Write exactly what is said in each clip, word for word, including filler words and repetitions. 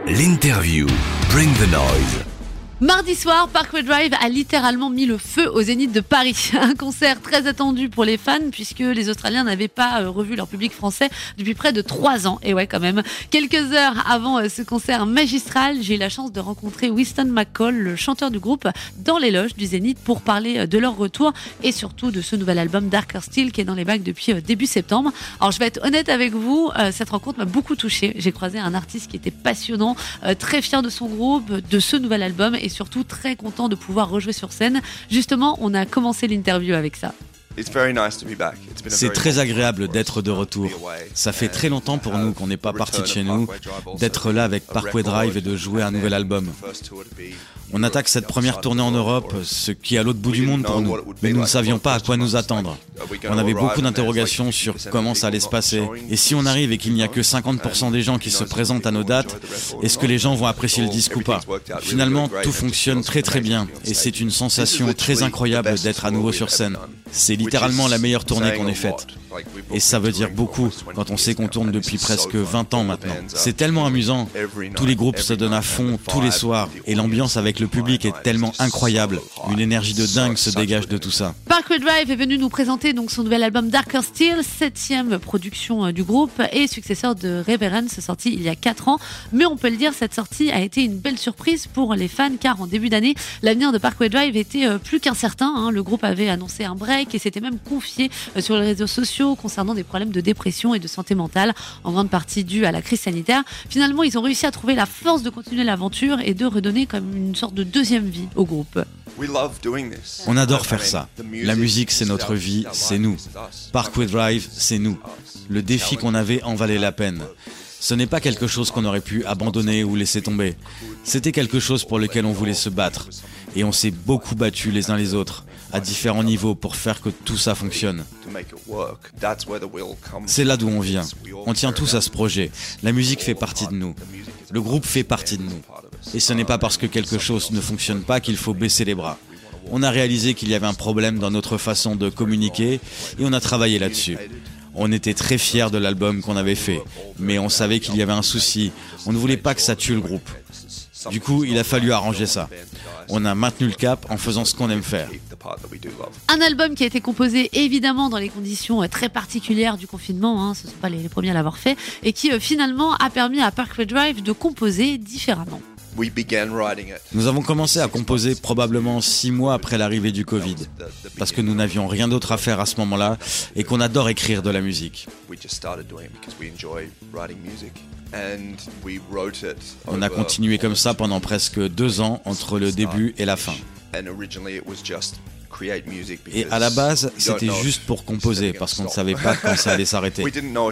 L'interview. Bring the noise. Mardi soir, Parkway Drive a littéralement mis le feu au Zénith de Paris. Un concert très attendu pour les fans puisque les Australiens n'avaient pas euh, revu leur public français depuis près de trois ans. Et ouais, quand même. Quelques heures avant euh, ce concert magistral, j'ai eu la chance de rencontrer Winston McCall, le chanteur du groupe, dans les loges du Zénith pour parler euh, de leur retour et surtout de ce nouvel album Darker Still qui est dans les bacs depuis euh, début septembre. Alors je vais être honnête avec vous, euh, cette rencontre m'a beaucoup touchée. J'ai croisé un artiste qui était passionnant, euh, très fier de son groupe, de ce nouvel album et surtout très content de pouvoir rejouer sur scène. Justement, on a commencé l'interview avec ça. C'est très agréable d'être de retour. Ça fait très longtemps pour nous qu'on n'est pas parti de chez nous, d'être là avec Parkway Drive et de jouer un nouvel album. On attaque cette première tournée en Europe, ce qui est à l'autre bout du monde pour nous, mais nous ne savions pas à quoi nous attendre. On avait beaucoup d'interrogations sur comment ça allait se passer. Et si on arrive et qu'il n'y a que cinquante pour cent des gens qui se présentent à nos dates, est-ce que les gens vont apprécier le disque ou pas ? Finalement, tout fonctionne très très bien et c'est une sensation très incroyable d'être à nouveau sur scène. C'est littéralement la meilleure tournée qu'on ait faite. Et ça veut dire beaucoup quand on sait qu'on tourne depuis presque vingt ans maintenant. C'est tellement amusant. Tous les groupes se donnent à fond tous les soirs et l'ambiance avec le public est tellement incroyable. Une énergie de dingue se dégage de tout ça. Parkway Drive est venu nous présenter donc son nouvel album Darker Still, septième production du groupe et successeur de Reverence, sorti il y a quatre ans. Mais on peut le dire, cette sortie a été une belle surprise pour les fans car en début d'année, l'avenir de Parkway Drive était plus qu'incertain. Hein. Le groupe avait annoncé un break et s'était même confié sur les réseaux sociaux concernant des problèmes de dépression et de santé mentale, en grande partie dû à la crise sanitaire. Finalement, ils ont réussi à trouver la force de continuer l'aventure et de redonner comme une sorte de deuxième vie au groupe. On adore faire ça. La musique, c'est notre vie, c'est nous. Parkway Drive, c'est nous. Le défi qu'on avait en valait la peine. Ce n'est pas quelque chose qu'on aurait pu abandonner ou laisser tomber. C'était quelque chose pour lequel on voulait se battre. Et on s'est beaucoup battus les uns les autres, à différents niveaux, pour faire que tout ça fonctionne. C'est là d'où on vient. On tient tous à ce projet. La musique fait partie de nous. Le groupe fait partie de nous. Et ce n'est pas parce que quelque chose ne fonctionne pas qu'il faut baisser les bras. On a réalisé qu'il y avait un problème dans notre façon de communiquer et on a travaillé là-dessus. On était très fiers de l'album qu'on avait fait, mais on savait qu'il y avait un souci. On ne voulait pas que ça tue le groupe. Du coup, il a fallu arranger ça. On a maintenu le cap en faisant ce qu'on aime faire. Un album qui a été composé évidemment dans les conditions très particulières du confinement, hein, ce ne sont pas les, les premiers à l'avoir fait, et qui euh, finalement a permis à Parkway Drive de composer différemment. Nous avons commencé à composer probablement six mois après l'arrivée du Covid, parce que nous n'avions rien d'autre à faire à ce moment-là et qu'on adore écrire de la musique. On a continué comme ça pendant presque deux ans entre le début et la fin. Et à la base, c'était juste pour composer, parce qu'on ne savait pas quand ça allait s'arrêter.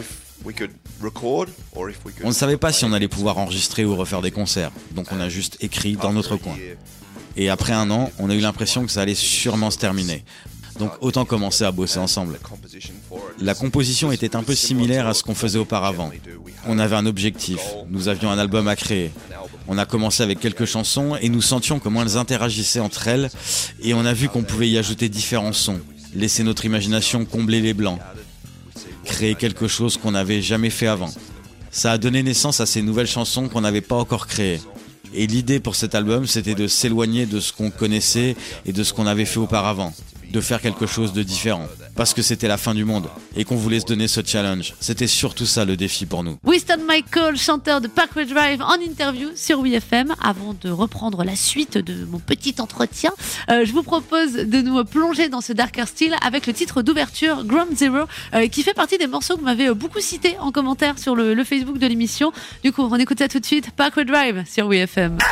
On ne savait pas si on allait pouvoir enregistrer ou refaire des concerts, donc on a juste écrit dans notre coin. Et après un an, on a eu l'impression que ça allait sûrement se terminer. Donc autant commencer à bosser ensemble. La composition était un peu similaire à ce qu'on faisait auparavant. On avait un objectif, nous avions un album à créer. On a commencé avec quelques chansons et nous sentions comment elles interagissaient entre elles et on a vu qu'on pouvait y ajouter différents sons, laisser notre imagination combler les blancs, créer quelque chose qu'on n'avait jamais fait avant. Ça a donné naissance à ces nouvelles chansons qu'on n'avait pas encore créées. Et l'idée pour cet album, c'était de s'éloigner de ce qu'on connaissait et de ce qu'on avait fait auparavant, de faire quelque chose de différent, parce que c'était la fin du monde et qu'on voulait se donner ce challenge. C'était surtout ça le défi pour nous. Winston McCall, chanteur de Parkway Drive, en interview sur W F M. Avant de reprendre la suite de mon petit entretien, euh, je vous propose de nous plonger dans ce Darker Still avec le titre d'ouverture Ground Zero, euh, qui fait partie des morceaux que vous m'avez beaucoup cités en commentaire sur le, le Facebook de l'émission. Du coup, on écoute ça tout de suite. Parkway Drive sur W F M.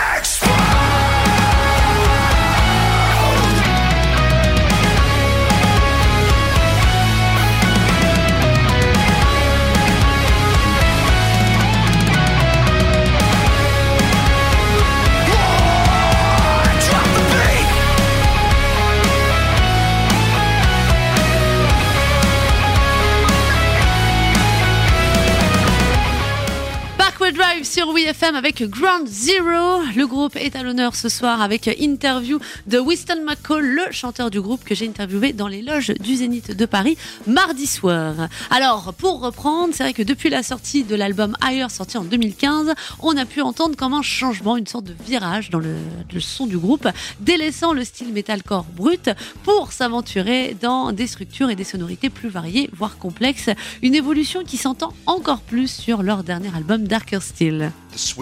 Drive sur sur W F M avec Ground Zero. Le groupe est à l'honneur ce soir avec interview de Winston McCall, le chanteur du groupe que j'ai interviewé dans les loges du Zénith de Paris mardi soir. Alors, pour reprendre, c'est vrai que depuis la sortie de l'album Higher, sorti en deux mille quinze, on a pu entendre comme un changement, une sorte de virage dans le, le son du groupe, délaissant le style metalcore brut pour s'aventurer dans des structures et des sonorités plus variées, voire complexes. Une évolution qui s'entend encore plus sur leur dernier album Darker Still.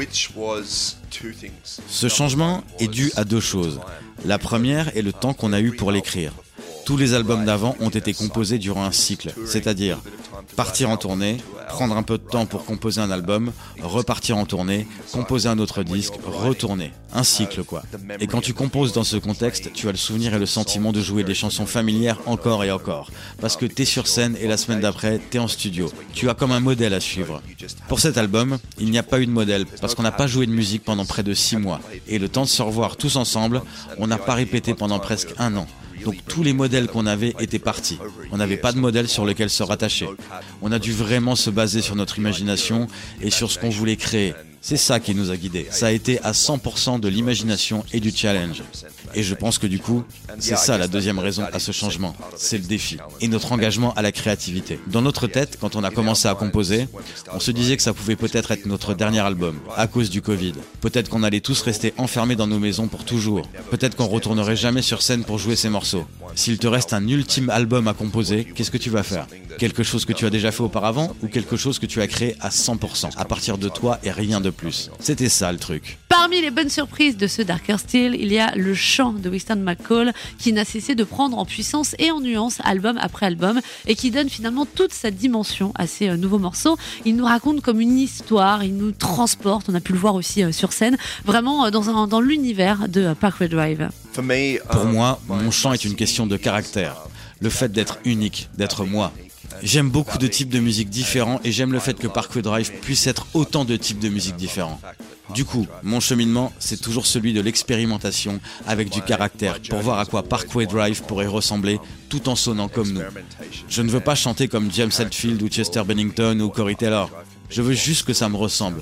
Ce changement est dû à deux choses. La première est le temps qu'on a eu pour l'écrire. Tous les albums d'avant ont été composés durant un cycle, c'est-à-dire partir en tournée, prendre un peu de temps pour composer un album, repartir en tournée, composer un autre disque, retourner. Un cycle, quoi. Et quand tu composes dans ce contexte, tu as le souvenir et le sentiment de jouer des chansons familières encore et encore. Parce que t'es sur scène et la semaine d'après, t'es en studio. Tu as comme un modèle à suivre. Pour cet album, il n'y a pas eu de modèle, parce qu'on n'a pas joué de musique pendant près de six mois. Et le temps de se revoir tous ensemble, on n'a pas répété pendant presque un an. Donc tous les modèles qu'on avait étaient partis. On n'avait pas de modèle sur lequel se rattacher. On a dû vraiment se baser sur notre imagination et sur ce qu'on voulait créer. C'est ça qui nous a guidés. Ça a été à cent pour cent de l'imagination et du challenge. Et je pense que du coup, c'est ça la deuxième raison à ce changement. C'est le défi et notre engagement à la créativité. Dans notre tête, quand on a commencé à composer, on se disait que ça pouvait peut-être être notre dernier album, à cause du Covid. Peut-être qu'on allait tous rester enfermés dans nos maisons pour toujours. Peut-être qu'on retournerait jamais sur scène pour jouer ces morceaux. S'il te reste un ultime album à composer, qu'est-ce que tu vas faire ? Quelque chose que tu as déjà fait auparavant ou quelque chose que tu as créé à cent pour cent, à partir de toi et rien de plus. C'était ça le truc. Parmi les bonnes surprises de ce Darker Still, il y a le chant de Winston McCall qui n'a cessé de prendre en puissance et en nuance album après album et qui donne finalement toute sa dimension à ces euh, nouveaux morceaux. Il nous raconte comme une histoire, il nous transporte, on a pu le voir aussi euh, sur scène, vraiment euh, dans, un, dans l'univers de euh, Parkway Drive. Pour moi, mon chant est une question de caractère. Le fait d'être unique, d'être moi. J'aime beaucoup de types de musique différents et j'aime le fait que Parkway Drive puisse être autant de types de musique différents. Du coup, mon cheminement, c'est toujours celui de l'expérimentation avec du caractère pour voir à quoi Parkway Drive pourrait ressembler tout en sonnant comme nous. Je ne veux pas chanter comme James Hetfield ou Chester Bennington ou Corey Taylor. Je veux juste que ça me ressemble.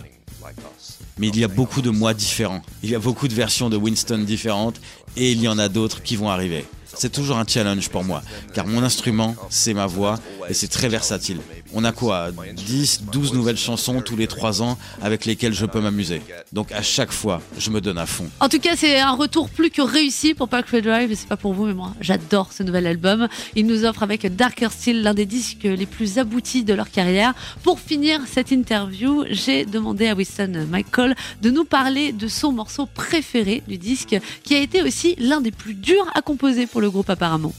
Mais il y a beaucoup de moi différents. Il y a beaucoup de versions de Winston différentes et il y en a d'autres qui vont arriver. C'est toujours un challenge pour moi, car mon instrument, c'est ma voix et c'est très versatile. On a quoi, dix, douze nouvelles chansons tous les trois ans avec lesquelles je peux m'amuser. Donc à chaque fois, je me donne à fond. En tout cas, c'est un retour plus que réussi pour Parkway Drive, et c'est pas pour vous, mais moi, j'adore ce nouvel album. Il nous offre avec Darker Still l'un des disques les plus aboutis de leur carrière. Pour finir cette interview, j'ai demandé à Winston McCall de nous parler de son morceau préféré du disque, qui a été aussi l'un des plus durs à composer pour le groupe apparemment.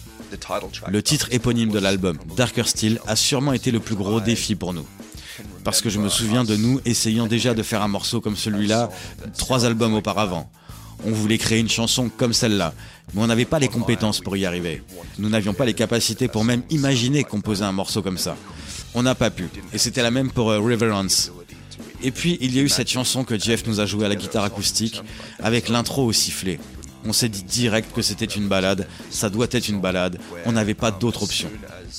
Le titre éponyme de l'album, Darker Still, a sûrement été le plus gros défi pour nous. Parce que je me souviens de nous essayant déjà de faire un morceau comme celui-là trois albums auparavant. On voulait créer une chanson comme celle-là, mais on n'avait pas les compétences pour y arriver. Nous n'avions pas les capacités pour même imaginer composer un morceau comme ça. On n'a pas pu, et c'était la même pour uh, Reverence. Et puis il y a eu cette chanson que Jeff nous a jouée à la guitare acoustique, avec l'intro au sifflet. On s'est dit direct que c'était une balade, ça doit être une balade, on n'avait pas d'autre option.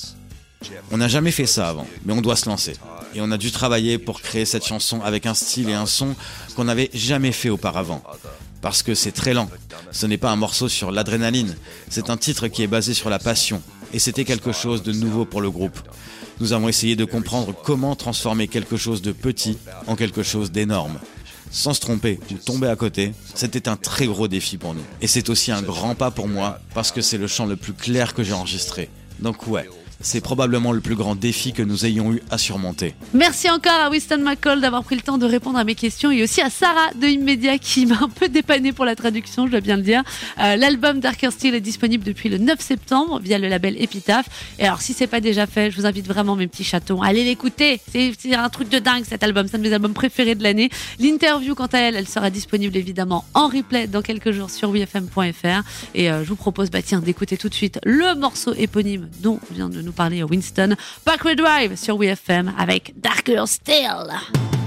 On n'a jamais fait ça avant, mais on doit se lancer. Et on a dû travailler pour créer cette chanson avec un style et un son qu'on n'avait jamais fait auparavant. Parce que c'est très lent, ce n'est pas un morceau sur l'adrénaline, c'est un titre qui est basé sur la passion. Et c'était quelque chose de nouveau pour le groupe. Nous avons essayé de comprendre comment transformer quelque chose de petit en quelque chose d'énorme. Sans se tromper ou tomber à côté, c'était un très gros défi pour nous. Et c'est aussi un grand pas pour moi, parce que c'est le chant le plus clair que j'ai enregistré. Donc ouais, c'est probablement le plus grand défi que nous ayons eu à surmonter. Merci encore à Winston McCall d'avoir pris le temps de répondre à mes questions et aussi à Sarah de Immedia qui m'a un peu dépannée pour la traduction, je dois bien le dire. Euh, l'album Darker Still est disponible depuis le neuf septembre via le label Epitaph. Et alors si c'est pas déjà fait, je vous invite vraiment mes petits chatons à aller l'écouter. C'est, c'est un truc de dingue cet album, c'est un de mes albums préférés de l'année. L'interview quant à elle, elle sera disponible évidemment en replay dans quelques jours sur w f m point f r. Et euh, je vous propose bah, tiens, d'écouter tout de suite le morceau éponyme dont vient de nous parler Winston, Parkway Drive sur W F M avec Darker Still.